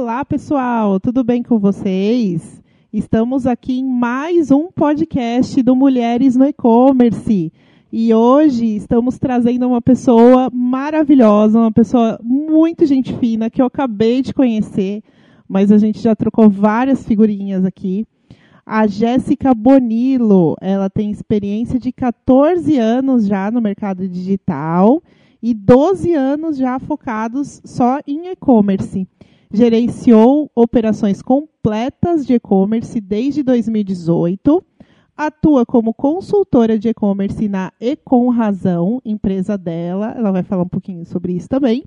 Olá, pessoal, tudo bem com vocês? Estamos aqui em mais um podcast do Mulheres no E-Commerce. E hoje estamos trazendo uma pessoa maravilhosa, uma pessoa muito gente fina, que eu acabei de conhecer, mas a gente já trocou várias figurinhas aqui. A Jéssica Bonillo, ela tem experiência de 14 anos já no mercado digital e 12 anos já focados só em e-commerce. Gerenciou operações completas de e-commerce desde 2018, atua como consultora de e-commerce na Ecom Razão, empresa dela, ela vai falar um pouquinho sobre isso também.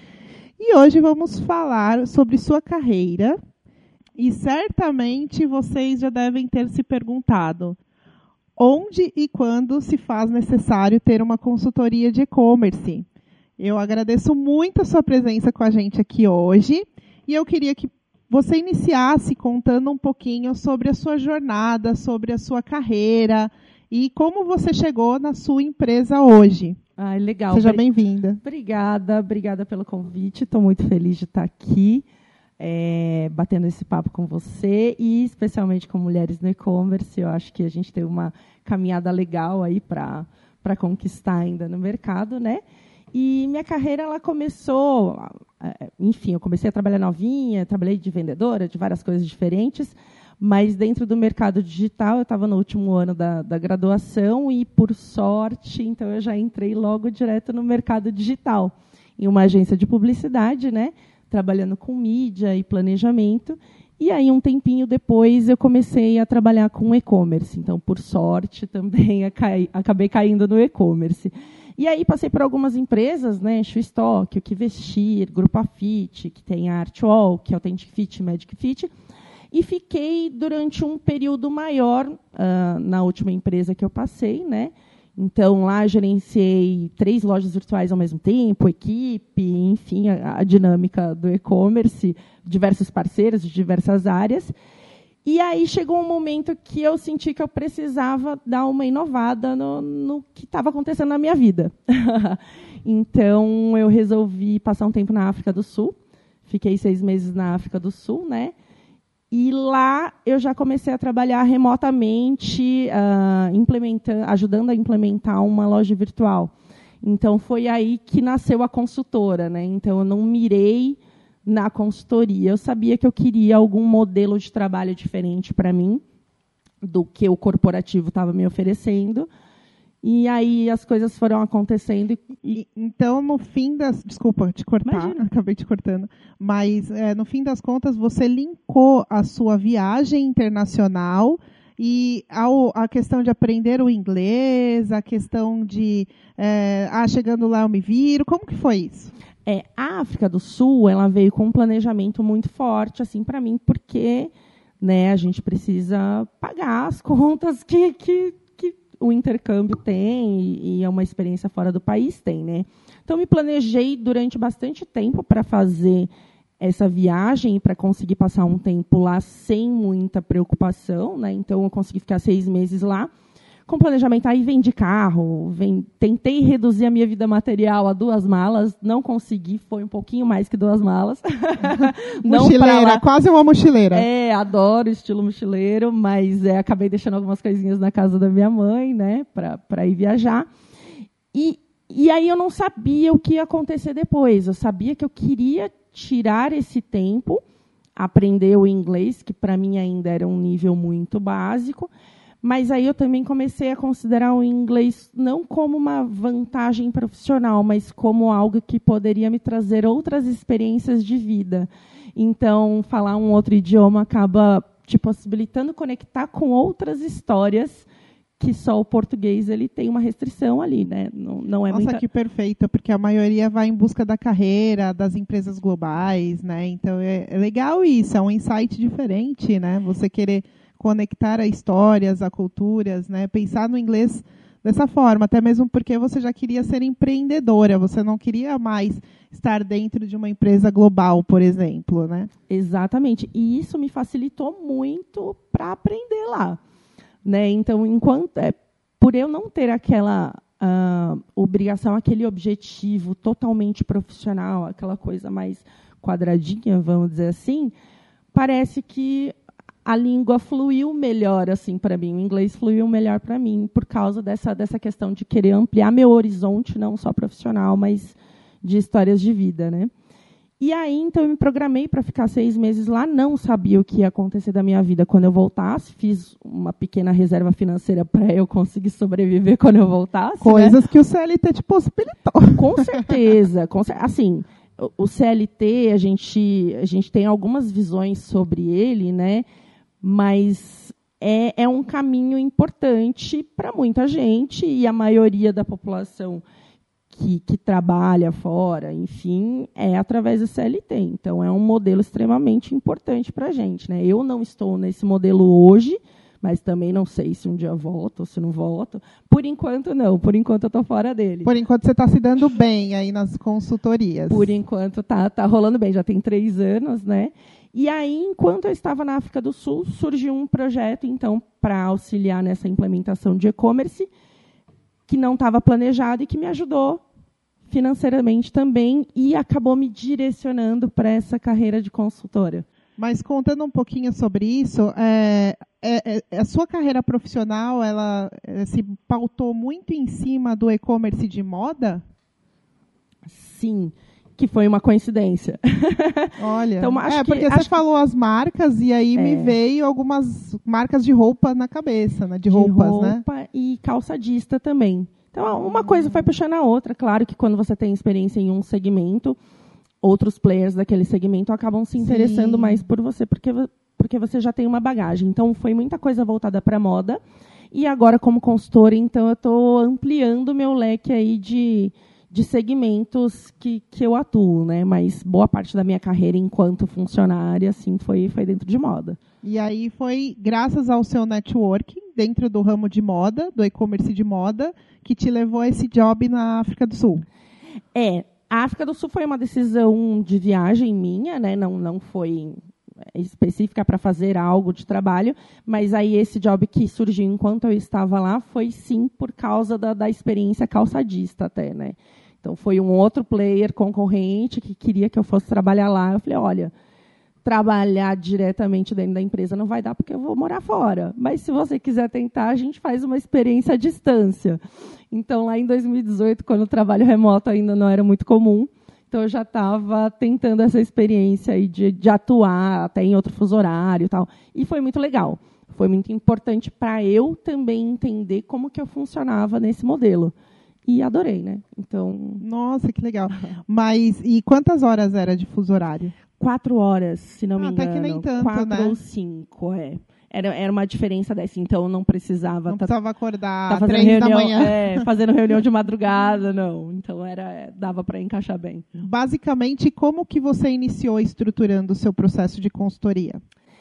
E hoje vamos falar sobre sua carreira. E certamente vocês já devem ter se perguntado onde e quando se faz necessário ter uma consultoria de e-commerce. Eu agradeço muito a sua presença com a gente aqui hoje e eu queria que você iniciasse contando um pouquinho sobre a sua jornada, sobre a sua carreira e como você chegou na sua empresa hoje. Ai, legal. Seja bem-vinda. Obrigada pelo convite. Estou muito feliz de estar aqui. Batendo esse papo com você e especialmente com mulheres no e-commerce. Eu acho que a gente tem uma caminhada legal aí para conquistar ainda no mercado, né? E minha carreira ela começou, enfim, eu comecei a trabalhar novinha, trabalhei de vendedora, de várias coisas diferentes, mas dentro do mercado digital eu estava no último ano da graduação e, por sorte, então eu já entrei logo direto no mercado digital, em uma agência de publicidade, né? Trabalhando com mídia e planejamento. E aí, um tempinho depois, eu comecei a trabalhar com e-commerce. Então, por sorte, também acabei caindo no e-commerce. E aí, passei por algumas empresas, né? Shoestock, O Que Vestir, Grupo Afit, que tem a Artwalk, Authentic Fit, Magic Fit. E fiquei durante um período maior na última empresa que eu passei, né? Então, lá gerenciei 3 lojas virtuais ao mesmo tempo, equipe, enfim, a dinâmica do e-commerce, diversos parceiros de diversas áreas. E aí chegou um momento que eu senti que eu precisava dar uma inovada no que estava acontecendo na minha vida. Então, eu resolvi passar um tempo na África do Sul. Fiquei 6 meses na África do Sul, né? E lá eu já comecei a trabalhar remotamente, ajudando a implementar uma loja virtual. Então, foi aí que nasceu a consultora, né? Então, eu não mirei na consultoria. Eu sabia que eu queria algum modelo de trabalho diferente para mim do que o corporativo estava me oferecendo. E aí as coisas foram acontecendo. Então, no fim das... Desculpa te cortar, Imagina. Acabei te cortando. Mas, no fim das contas, você linkou a sua viagem internacional e a questão de aprender o inglês, a questão de... chegando lá eu me viro. Como que foi isso? A África do Sul ela veio com um planejamento muito forte assim, para mim, porque, né, a gente precisa pagar as contas que o intercâmbio tem e é uma experiência fora do país tem, né? Então, me planejei durante bastante tempo para fazer essa viagem e para conseguir passar um tempo lá sem muita preocupação, né? Então, eu consegui ficar 6 meses lá com planejamento. Aí, vendi carro, tentei reduzir a minha vida material a 2 malas, não consegui, foi um pouquinho mais que 2 malas. Mochileira, quase uma mochileira. Adoro estilo mochileiro, mas acabei deixando algumas coisinhas na casa da minha mãe, né, para ir viajar. E aí eu não sabia o que ia acontecer depois. Eu sabia que eu queria tirar esse tempo, aprender o inglês, que para mim ainda era um nível muito básico. Mas aí eu também comecei a considerar o inglês não como uma vantagem profissional, mas como algo que poderia me trazer outras experiências de vida. Então, falar um outro idioma acaba te possibilitando conectar com outras histórias que só o português ele tem uma restrição ali, né? Não é Nossa, muita... que perfeito, porque a maioria vai em busca da carreira, das empresas globais, né? Então, é legal isso, é um insight diferente, né? Você querer conectar a histórias, a culturas, né? Pensar no inglês dessa forma, até mesmo porque você já queria ser empreendedora, você não queria mais estar dentro de uma empresa global, por exemplo, né? Exatamente, e isso me facilitou muito para aprender lá, né? Então, por eu não ter aquela obrigação, aquele objetivo totalmente profissional, aquela coisa mais quadradinha, vamos dizer assim, parece que a língua fluiu melhor assim para mim, o inglês fluiu melhor para mim, por causa dessa questão de querer ampliar meu horizonte, não só profissional, mas de histórias de vida, né? E aí, então, eu me programei para ficar 6 meses lá, não sabia o que ia acontecer da minha vida quando eu voltasse, fiz uma pequena reserva financeira para eu conseguir sobreviver quando eu voltasse. Coisas, né, que o CLT te possibilitou. Com certeza. Assim, o CLT, a gente tem algumas visões sobre ele, né? Mas é um caminho importante para muita gente, e a maioria da população que trabalha fora, enfim, é através do CLT. Então, é um modelo extremamente importante para a gente, né? Eu não estou nesse modelo hoje, mas também não sei se um dia volto ou se não volto. Por enquanto, não. Por enquanto, eu estou fora dele. Por enquanto, você está se dando bem aí nas consultorias. Por enquanto, tá rolando bem. Já tem 3 anos, né? E aí, enquanto eu estava na África do Sul, surgiu um projeto, então, para auxiliar nessa implementação de e-commerce, que não estava planejado e que me ajudou financeiramente também e acabou me direcionando para essa carreira de consultora. Mas contando um pouquinho sobre isso, a sua carreira profissional, ela se pautou muito em cima do e-commerce de moda? Sim, que foi uma coincidência. Olha, então, porque você falou as marcas e aí me veio algumas marcas de roupa na cabeça, né? De roupas, né? Roupa e calçadista também. Então, uma coisa foi puxando a outra. Claro que quando você tem experiência em um segmento, outros players daquele segmento acabam se interessando mais por você, porque você já tem uma bagagem. Então, foi muita coisa voltada para a moda. E agora, como consultora, então, eu estou ampliando o meu leque aí de segmentos que eu atuo, né? Mas boa parte da minha carreira enquanto funcionária, assim, foi dentro de moda. E aí foi graças ao seu networking dentro do ramo de moda, do e-commerce de moda, que te levou a esse job na África do Sul. A África do Sul foi uma decisão de viagem minha, né? Não foi específica para fazer algo de trabalho, mas aí esse job que surgiu enquanto eu estava lá foi sim por causa da experiência calçadista até, né? Então foi um outro player concorrente que queria que eu fosse trabalhar lá. Eu falei, olha, trabalhar diretamente dentro da empresa não vai dar porque eu vou morar fora. Mas se você quiser tentar, a gente faz uma experiência à distância. Então, lá em 2018, quando o trabalho remoto ainda não era muito comum, então eu já estava tentando essa experiência aí de atuar até em outro fuso horário e tal. E foi muito legal. Foi muito importante para eu também entender como que eu funcionava nesse modelo. E adorei, né? Então... Nossa, que legal. Mas, e quantas horas era de fuso horário? 4 horas, se não me engano. Até que nem tanto, 4 né? ou 5, Era uma diferença dessa, então não precisava... Não precisava acordar às 3 da manhã. Fazendo reunião de madrugada, não. Então dava para encaixar bem. Basicamente, como que você iniciou estruturando o seu processo de consultoria?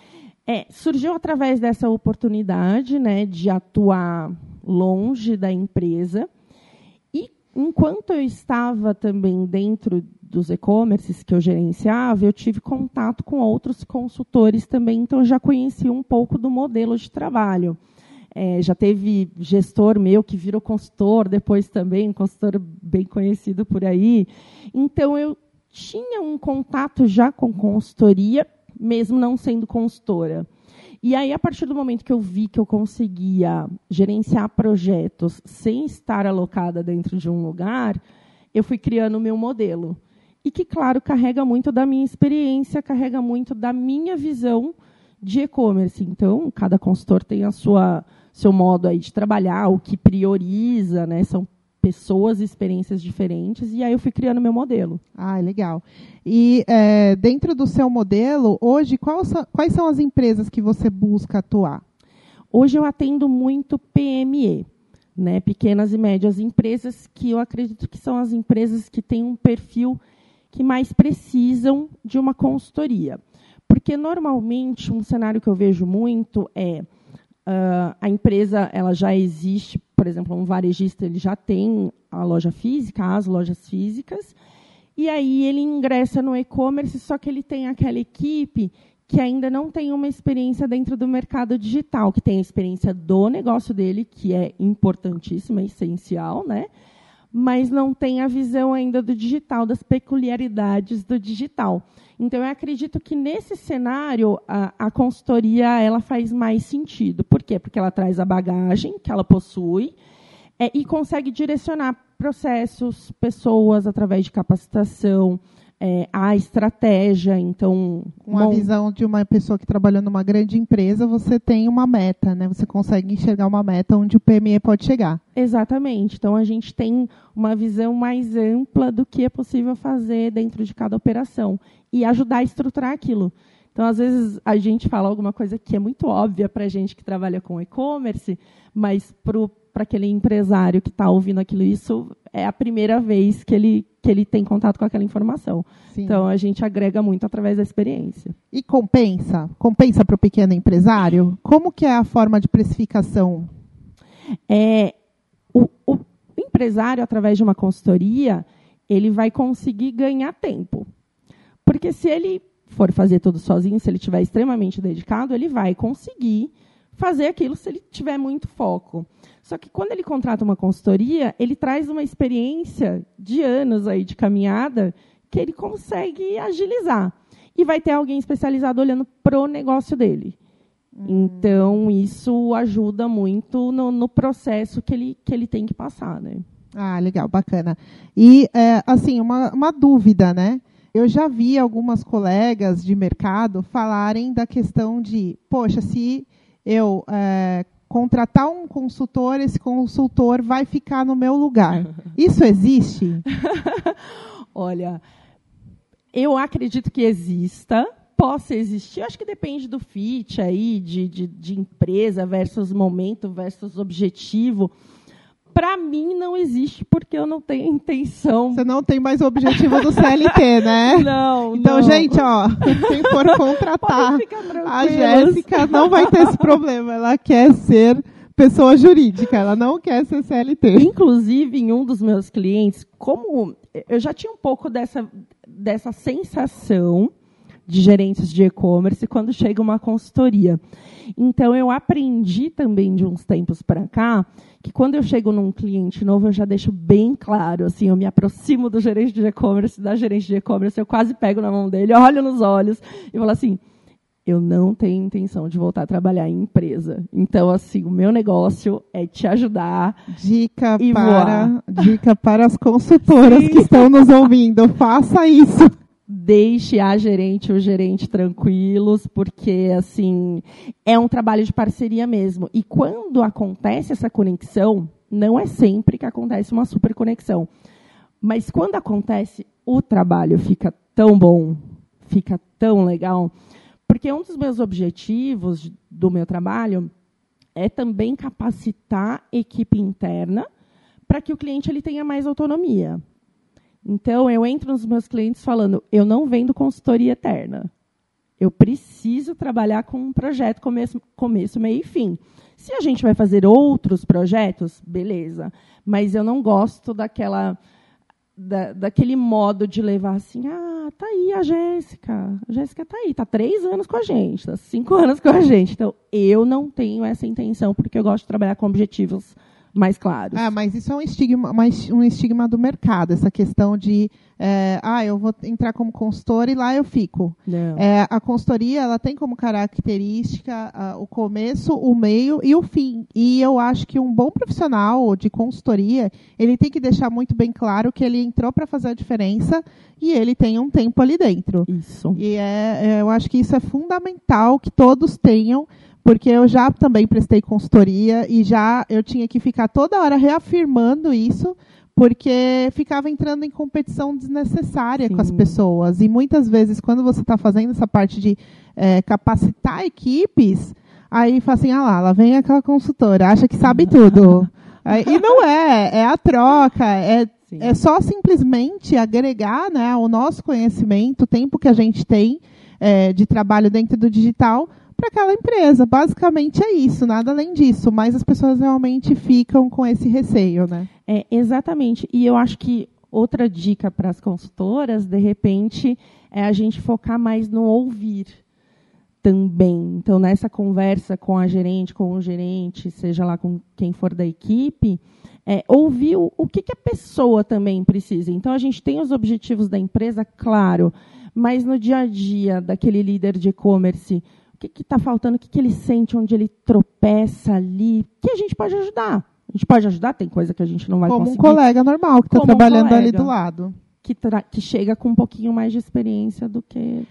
Surgiu através dessa oportunidade, né, de atuar longe da empresa. E enquanto eu estava também dentro dos e-commerces que eu gerenciava, eu tive contato com outros consultores também, então eu já conheci um pouco do modelo de trabalho. Já teve gestor meu que virou consultor, depois também, um consultor bem conhecido por aí. Então, eu tinha um contato já com consultoria, mesmo não sendo consultora. E aí, a partir do momento que eu vi que eu conseguia gerenciar projetos sem estar alocada dentro de um lugar, eu fui criando o meu modelo. E que, claro, carrega muito da minha experiência, carrega muito da minha visão de e-commerce. Então, cada consultor tem seu modo aí de trabalhar, o que prioriza, né? São pessoas e experiências diferentes, e aí eu fui criando meu modelo. Legal. E dentro do seu modelo, hoje, quais são as empresas que você busca atuar? Hoje eu atendo muito PME, né? Pequenas e médias empresas, que eu acredito que são as empresas que têm um perfil que mais precisam de uma consultoria. Porque, normalmente, um cenário que eu vejo muito a empresa ela já existe, por exemplo, um varejista ele já tem a loja física, as lojas físicas, e aí ele ingressa no e-commerce, só que ele tem aquela equipe que ainda não tem uma experiência dentro do mercado digital, que tem a experiência do negócio dele, que é importantíssima, essencial, né? mas não tem a visão ainda do digital, das peculiaridades do digital. Então, eu acredito que, nesse cenário, a consultoria ela faz mais sentido. Por quê? Porque ela traz a bagagem que ela possui e consegue direcionar processos, pessoas, através de capacitação, a estratégia. Então, com a visão de uma pessoa que trabalhou numa grande empresa, você tem uma meta, né? Você consegue enxergar uma meta onde o PME pode chegar. Exatamente. Então, a gente tem uma visão mais ampla do que é possível fazer dentro de cada operação e ajudar a estruturar aquilo. Então, às vezes, a gente fala alguma coisa que é muito óbvia para a gente que trabalha com e-commerce, mas para aquele empresário que está ouvindo aquilo, isso é a primeira vez que ele tem contato com aquela informação. Sim. Então, a gente agrega muito através da experiência. E compensa? Compensa para o pequeno empresário? Como que é a forma de precificação? O empresário, através de uma consultoria, ele vai conseguir ganhar tempo. Porque se ele for fazer tudo sozinho, se ele estiver extremamente dedicado, ele vai conseguir fazer aquilo se ele tiver muito foco. Só que quando ele contrata uma consultoria, ele traz uma experiência de anos aí de caminhada que ele consegue agilizar. E vai ter alguém especializado olhando para o negócio dele. Então, isso ajuda muito no processo que ele tem que passar, né? Ah, legal, bacana. E, assim, uma dúvida, né? Eu já vi algumas colegas de mercado falarem da questão de, poxa, se eu contratar um consultor, esse consultor vai ficar no meu lugar. Isso existe? Olha, eu acredito que exista, possa existir. Eu acho que depende do fit aí, de empresa versus momento versus objetivo. Para mim, não existe, porque eu não tenho intenção. Você não tem mais o objetivo do CLT, né? Não, então, não. Gente, quem for contratar a Jéssica não vai ter esse problema. Ela quer ser pessoa jurídica, ela não quer ser CLT. Inclusive, em um dos meus clientes, como eu já tinha um pouco dessa sensação de gerentes de e-commerce quando chega uma consultoria. Então, eu aprendi também de uns tempos para cá que quando eu chego num cliente novo, eu já deixo bem claro, assim, eu me aproximo do gerente de e-commerce, da gerente de e-commerce, eu quase pego na mão dele, olho nos olhos e falo assim, eu não tenho intenção de voltar a trabalhar em empresa. Então, assim, o meu negócio é te ajudar. Dica para as consultoras que estão nos ouvindo. Faça isso. Deixe a gerente ou o gerente tranquilos, porque assim é um trabalho de parceria mesmo. E quando acontece essa conexão, não é sempre que acontece uma super conexão. Mas quando acontece, o trabalho fica tão bom, fica tão legal. Porque um dos meus objetivos do meu trabalho é também capacitar a equipe interna para que o cliente ele tenha mais autonomia. Então, eu entro nos meus clientes falando, eu não vendo consultoria eterna. Eu preciso trabalhar com um projeto começo, meio e fim. Se a gente vai fazer outros projetos, beleza. Mas eu não gosto daquele modo de levar assim, tá aí a Jéssica. A Jéssica tá aí, está 3 anos com a gente, está 5 anos com a gente. Então, eu não tenho essa intenção, porque eu gosto de trabalhar com objetivos mais claros. Mas isso é um estigma do mercado, essa questão de eu vou entrar como consultora e lá eu fico. A consultoria ela tem como característica o começo, o meio e o fim. E eu acho que um bom profissional de consultoria, ele tem que deixar muito bem claro que ele entrou para fazer a diferença e ele tem um tempo ali dentro. Isso. E eu acho que isso é fundamental que todos tenham, porque eu já também prestei consultoria e eu tinha que ficar toda hora reafirmando isso, porque ficava entrando em competição desnecessária com as pessoas. E muitas vezes, quando você está fazendo essa parte de capacitar equipes, aí fala assim, lá vem aquela consultora, acha que sabe tudo. E não é a troca, é só simplesmente agregar, né, o nosso conhecimento, o tempo que a gente tem de trabalho dentro do digital, para aquela empresa. Basicamente é isso, nada além disso. Mas as pessoas realmente ficam com esse receio, né? Exatamente. E eu acho que outra dica para as consultoras, de repente, é a gente focar mais no ouvir também. Então, nessa conversa com a gerente, com o gerente, seja lá com quem for da equipe, ouvir o que a pessoa também precisa. Então, a gente tem os objetivos da empresa, claro, mas no dia a dia daquele líder de e-commerce, o que está faltando, o que ele sente, onde ele tropeça ali, que a gente pode ajudar. A gente pode ajudar, tem coisa que a gente não vai conseguir. Como um colega normal que está trabalhando ali do lado. Que chega com um pouquinho mais de experiência do que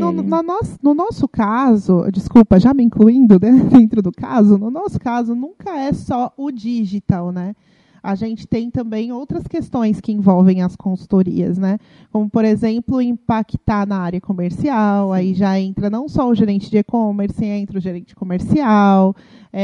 no nosso caso, desculpa, já me incluindo dentro do caso, no nosso caso nunca é só o digital, né? A gente tem também outras questões que envolvem as consultorias, né? Como, por exemplo, impactar na área comercial, aí já entra não só o gerente de e-commerce, entra o gerente comercial,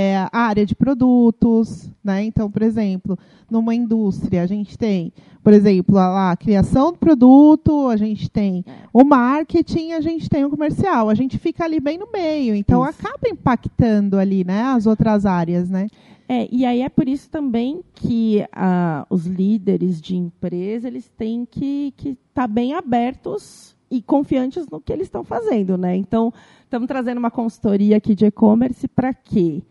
a área de produtos, né? Então, por exemplo, numa indústria, a gente tem, por exemplo, a criação do produto, a gente tem o marketing, a gente tem o comercial. A gente fica ali bem no meio, então acaba impactando ali, né, as outras áreas, né? E aí é por isso também que os líderes de empresa eles têm que estar bem abertos e confiantes no que eles estão fazendo, né? Então, estamos trazendo uma consultoria aqui de e-commerce para quê?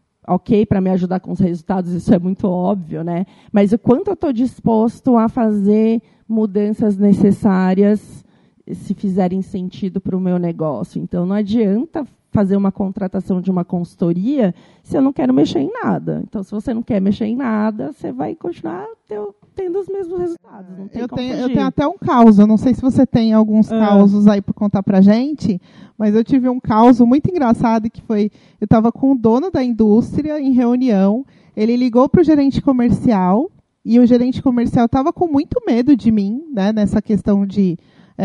Ok, para me ajudar com os resultados, isso é muito óbvio, né? Mas o quanto eu estou disposto a fazer mudanças necessárias se fizerem sentido para o meu negócio. Então, não adianta fazer uma contratação de uma consultoria se eu não quero mexer em nada. Então, se você não quer mexer em nada, você vai continuar tendo os mesmos resultados. Não tem eu tenho até um caos. Eu não sei se você tem alguns causos aí para contar para a gente, mas eu tive um caos muito engraçado que foi... Eu estava com o dono da indústria em reunião, ele ligou para o gerente comercial e o gerente comercial estava com muito medo de mim, né, nessa questão de...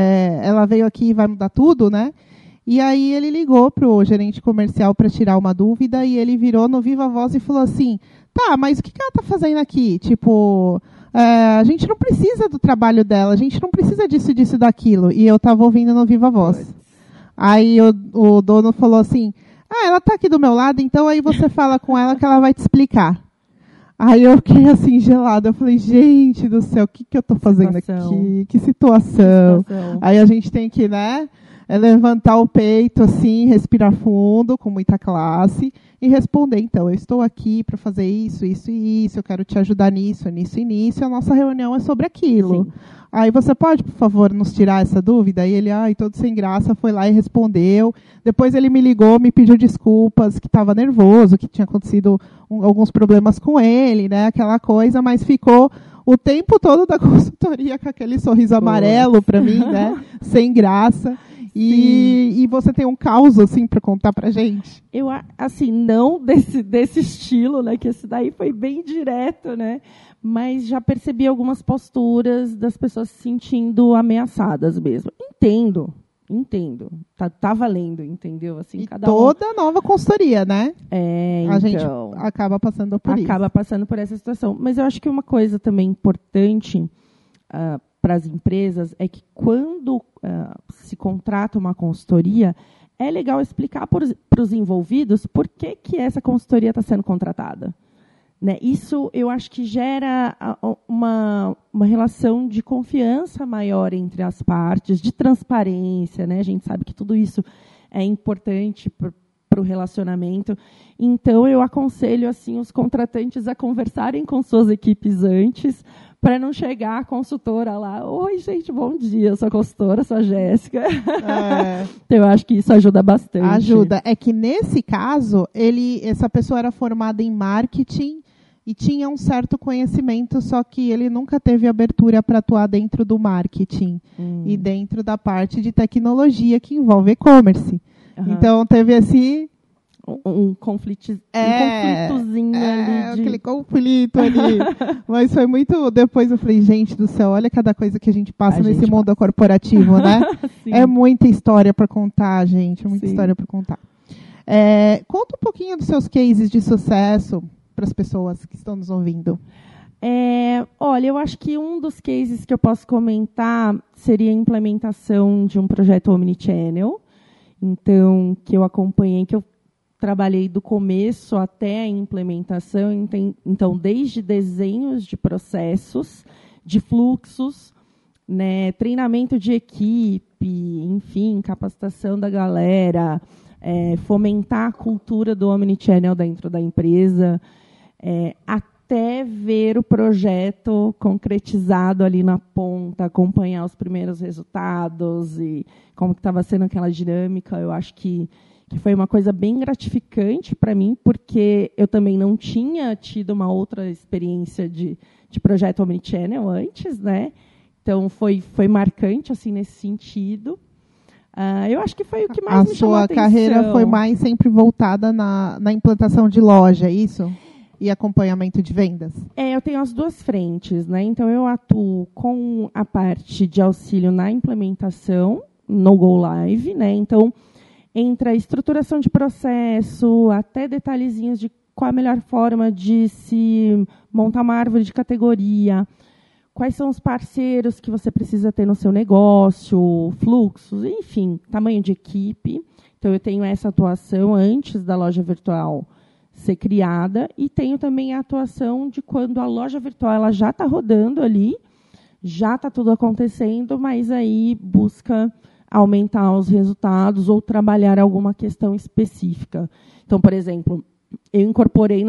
ela veio aqui e vai mudar tudo, né? E aí ele ligou para o gerente comercial para tirar uma dúvida e ele virou no Viva Voz e falou assim, tá, mas o que ela está fazendo aqui? Tipo, a gente não precisa do trabalho dela, a gente não precisa disso, disso, daquilo. E eu estava ouvindo no Viva Voz. Aí o dono falou assim, ela está aqui do meu lado, então aí você fala com ela que ela vai te explicar. Aí eu fiquei assim, gelada. Eu falei, gente do céu, o que eu estou fazendo aqui? Que situação. Aí a gente tem que, né, levantar o peito, assim, respirar fundo, com muita classe, e responder, então, eu estou aqui para fazer isso, isso e isso, eu quero te ajudar nisso, nisso e nisso, e a nossa reunião é sobre aquilo. Sim. Aí você pode, por favor, nos tirar essa dúvida? Aí ele, todo sem graça, foi lá e respondeu. Depois ele me ligou, me pediu desculpas, que estava nervoso, que tinha acontecido alguns problemas com ele, né, aquela coisa, mas ficou o tempo todo da consultoria com aquele sorriso amarelo para mim, né, sem graça. E você tem um caos, assim, para contar pra gente? Eu, assim, não desse estilo, né? Que esse daí foi bem direto, né? Mas já percebi algumas posturas das pessoas se sentindo ameaçadas mesmo. Entendo. Tá valendo, entendeu? Assim, e toda nova consultoria, né? Então, a gente acaba passando por isso. Acaba passando por essa situação. Mas eu acho que uma coisa também importante... para as empresas é que quando se contrata uma consultoria, é legal explicar para os envolvidos por que essa consultoria está sendo contratada. Né? Isso, eu acho que gera uma relação de confiança maior entre as partes, de transparência. Né? A gente sabe que tudo isso é importante para o relacionamento. Então, eu aconselho assim, os contratantes a conversarem com suas equipes antes, para não chegar a consultora lá, oi, gente, bom dia, eu sou a consultora, sou a Jéssica. Então, eu acho que isso ajuda bastante. Ajuda. É que, nesse caso, essa pessoa era formada em marketing e tinha um certo conhecimento, só que ele nunca teve abertura para atuar dentro do marketing e dentro da parte de tecnologia que envolve e-commerce. Então, teve esse... Um conflitozinho ali. Aquele conflito ali. Mas foi muito... Depois eu falei, gente do céu, olha cada coisa que a gente passa nesse mundo corporativo, né? É muita história para contar, gente. É muita história para contar. Conta um pouquinho dos seus cases de sucesso para as pessoas que estão nos ouvindo. Olha, eu acho que um dos cases que eu posso comentar seria a implementação de um projeto Omnichannel. Então, que eu acompanhei, que eu trabalhei do começo até a implementação, então desde desenhos de processos, de fluxos, né, treinamento de equipe, enfim, capacitação da galera, fomentar a cultura do Omnichannel dentro da empresa, até ver o projeto concretizado ali na ponta, acompanhar os primeiros resultados e como que estava sendo aquela dinâmica. Eu acho que foi uma coisa bem gratificante para mim, porque eu também não tinha tido uma outra experiência de projeto Omnichannel antes, né? Então, foi marcante assim, nesse sentido. Eu acho que foi o que mais me chamou a atenção. A sua carreira foi mais sempre voltada na implantação de loja, é isso? E acompanhamento de vendas? Eu tenho as duas frentes, né? Então, eu atuo com a parte de auxílio na implementação, no Go Live, né? Então, entra a estruturação de processo, até detalhezinhos de qual a melhor forma de se montar uma árvore de categoria, quais são os parceiros que você precisa ter no seu negócio, fluxos, enfim, tamanho de equipe. Então, eu tenho essa atuação antes da loja virtual ser criada e tenho também a atuação de quando a loja virtual ela já está rodando ali, já está tudo acontecendo, mas aí busca aumentar os resultados ou trabalhar alguma questão específica. Então, por exemplo, eu incorporei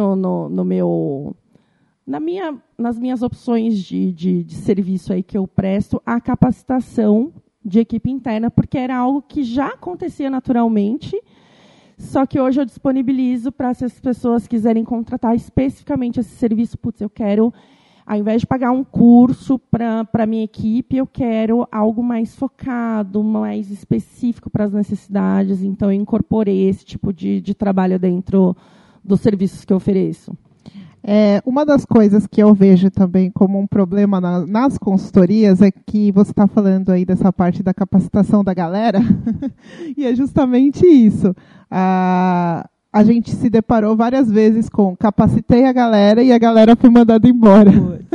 nas minhas opções de serviço aí que eu presto a capacitação de equipe interna, porque era algo que já acontecia naturalmente, só que hoje eu disponibilizo para se as pessoas quiserem contratar especificamente esse serviço, eu quero, ao invés de pagar um curso para a minha equipe, eu quero algo mais focado, mais específico para as necessidades. Então, eu incorporei esse tipo de trabalho dentro dos serviços que eu ofereço. Uma das coisas que eu vejo também como um problema nas consultorias é que você está falando aí dessa parte da capacitação da galera, e é justamente isso. A gente se deparou várias vezes com capacitei a galera e a galera foi mandada embora.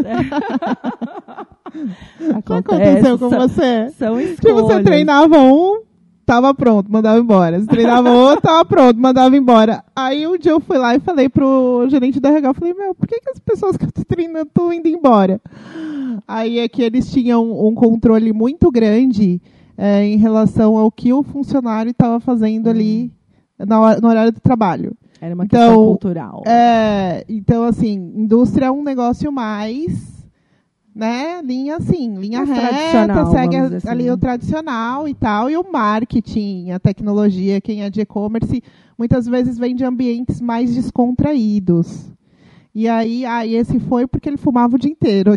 Já aconteceu com você? São escolhas. Tipo, você treinava tava pronto, mandava embora. Você treinava outro, tava pronto, mandava embora. Aí um dia eu fui lá e falei pro gerente da RH, eu falei, por que as pessoas que eu tô treinando estão indo embora? Aí é que eles tinham um controle muito grande em relação ao que o funcionário estava fazendo ali no horário do trabalho. Era uma questão cultural. Então, assim, indústria é um negócio mais, né, linha reta, segue a linha tradicional e tal, e o marketing, a tecnologia, quem é de e-commerce, muitas vezes vem de ambientes mais descontraídos. E aí, esse foi porque ele fumava o dia inteiro,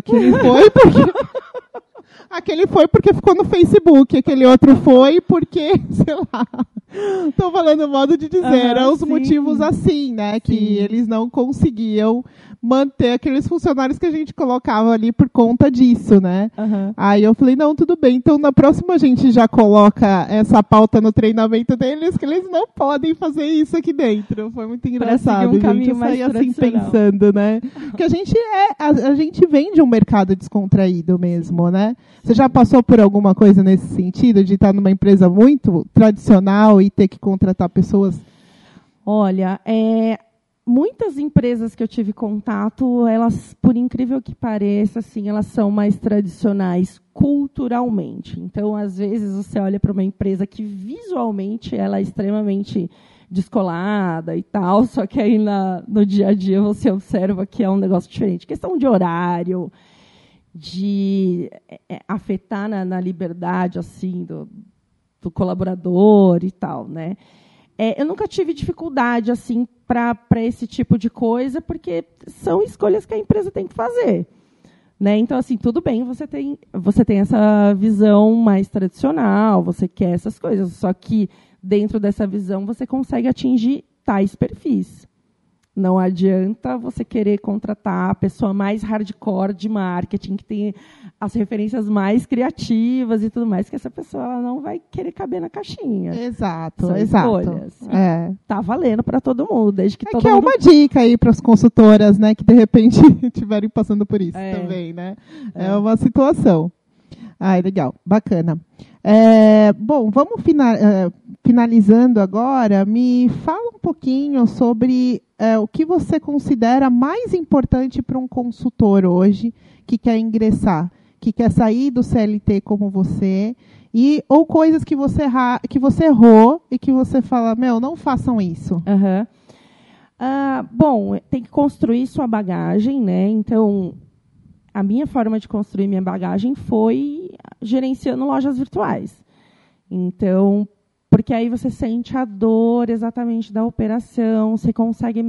aquele foi porque ficou no Facebook, aquele outro foi porque, sei lá, estou falando modo de dizer, eram os motivos assim, né, sim, que eles não conseguiam manter aqueles funcionários que a gente colocava ali por conta disso, né? Aí eu falei, não, tudo bem, então na próxima a gente já coloca essa pauta no treinamento deles, que eles não podem fazer isso aqui dentro. Foi muito engraçado, gente, eu saí assim pensando, né? Porque a gente vem de um mercado descontraído mesmo, né? Você já passou por alguma coisa nesse sentido, de estar numa empresa muito tradicional e ter que contratar pessoas? Olha, muitas empresas que eu tive contato, elas, por incrível que pareça, assim, elas são mais tradicionais culturalmente. Então, às vezes, você olha para uma empresa que visualmente ela é extremamente descolada e tal, só que aí no dia a dia você observa que é um negócio diferente. Questão de horário, de afetar na liberdade assim do colaborador e tal, né? Eu nunca tive dificuldade assim para esse tipo de coisa, porque são escolhas que a empresa tem que fazer, né? Então, assim, tudo bem, você tem essa visão mais tradicional, você quer essas coisas, só que dentro dessa visão você consegue atingir tais perfis. Não adianta você querer contratar a pessoa mais hardcore de marketing, que tem as referências mais criativas e tudo mais, que essa pessoa ela não vai querer caber na caixinha. Exato, são exato. Escolhas. Tá valendo para todo mundo, desde que todo mundo... É uma dica aí para as consultoras, né, que de repente estiverem passando por isso também, né? É uma situação. Legal, bacana. Bom, vamos finalizando agora. Me fala um pouquinho sobre o que você considera mais importante para um consultor hoje que quer ingressar, que quer sair do CLT como você, ou coisas que você errou e que você fala, não façam isso. Bom, tem que construir sua bagagem, né? Então, a minha forma de construir minha bagagem foi gerenciando lojas virtuais. Então, porque aí você sente a dor exatamente da operação, você consegue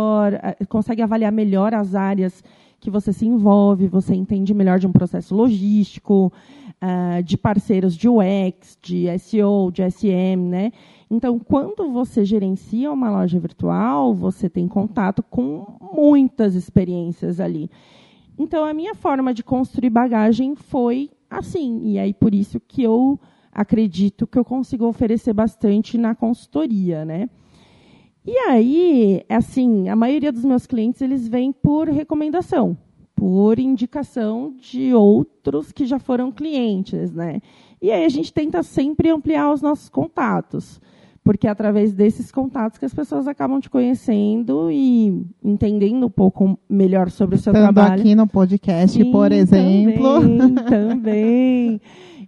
avaliar melhor as áreas que você se envolve, você entende melhor de um processo logístico, de parceiros de UX, de SEO, de SM, né? Então, quando você gerencia uma loja virtual, você tem contato com muitas experiências ali. Então, a minha forma de construir bagagem foi assim. E aí, por isso que eu acredito que eu consigo oferecer bastante na consultoria, né? E aí, assim, a maioria dos meus clientes, eles vêm por recomendação, por indicação de outros que já foram clientes, né? E aí a gente tenta sempre ampliar os nossos contatos, porque é através desses contatos que as pessoas acabam te conhecendo e entendendo um pouco melhor sobre o seu trabalho. Estando aqui no podcast, sim, por exemplo. Também.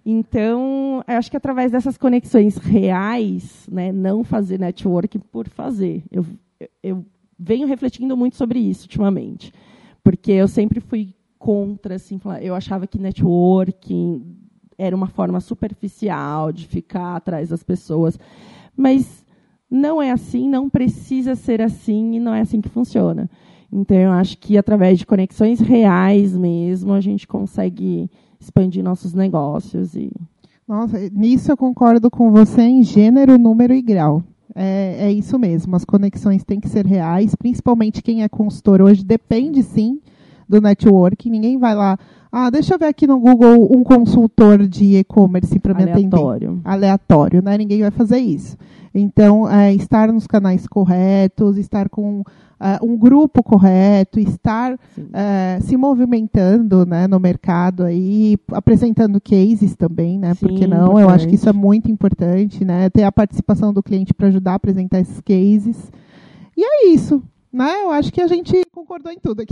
Então, eu acho que através dessas conexões reais, né, não fazer network por fazer. Eu venho refletindo muito sobre isso ultimamente, porque eu sempre fui contra, assim, eu achava que networking era uma forma superficial de ficar atrás das pessoas, mas não é assim, não precisa ser assim e não é assim que funciona. Então, eu acho que através de conexões reais mesmo, a gente consegue expandir nossos negócios. Nossa, nisso eu concordo com você em gênero, número e grau. É isso mesmo, as conexões têm que ser reais, principalmente quem é consultor hoje depende, sim, do network. Ninguém vai lá, deixa eu ver aqui no Google um consultor de e-commerce para me atender. Aleatório, né? Ninguém vai fazer isso. Então, estar nos canais corretos, estar com um grupo correto, estar se movimentando, né, no mercado, aí, apresentando cases também, né? Sim, porque não? Importante. Eu acho que isso é muito importante, né? Ter a participação do cliente para ajudar a apresentar esses cases. E é isso. Né? Eu acho que a gente concordou em tudo aqui.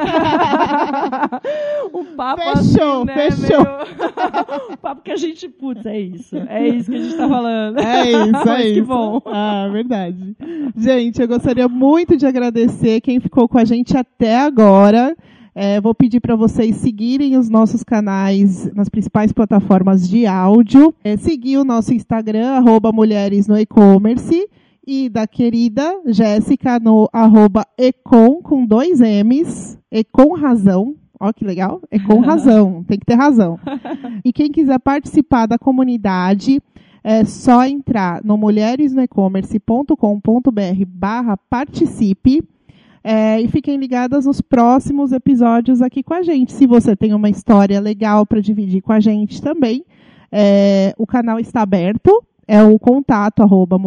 O papo fechou, assim, né? Fechou. O papo que a gente, é isso. É isso que a gente está falando. É isso, Mas isso. Que bom. Verdade. Gente, eu gostaria muito de agradecer quem ficou com a gente até agora. Vou pedir para vocês seguirem os nossos canais nas principais plataformas de áudio. Seguir o nosso Instagram, @mulheres no e-commerce. E da querida Jéssica no @ecom com 2 M's, Ecom Razão. Ó, que legal. Ecom Razão, tem que ter razão. E quem quiser participar da comunidade, é só entrar no mulheresnoecommerce.com.br/participe. E fiquem ligadas nos próximos episódios aqui com a gente. Se você tem uma história legal para dividir com a gente também, o canal está aberto. É o contato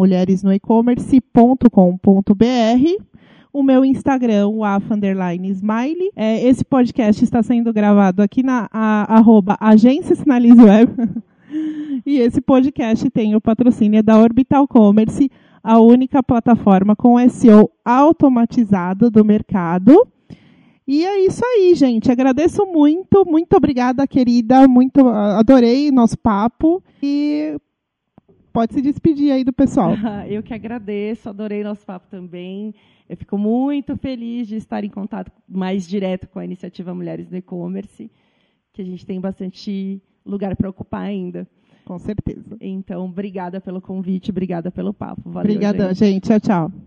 @mulheresnoecommerce.com.br. O meu Instagram, o @_smiley. Esse podcast está sendo gravado aqui na @agência Sinalize Web. E esse podcast tem o patrocínio da Orbital Commerce, a única plataforma com SEO automatizado do mercado. E é isso aí, gente. Agradeço muito. Muito obrigada, querida. Adorei nosso papo. E pode se despedir aí do pessoal. Eu que agradeço, adorei nosso papo também. Eu fico muito feliz de estar em contato mais direto com a iniciativa Mulheres no E-Commerce, que a gente tem bastante lugar para ocupar ainda. Com certeza. Então, obrigada pelo convite, obrigada pelo papo. Valeu, Obrigadão, gente. Tchau, tchau.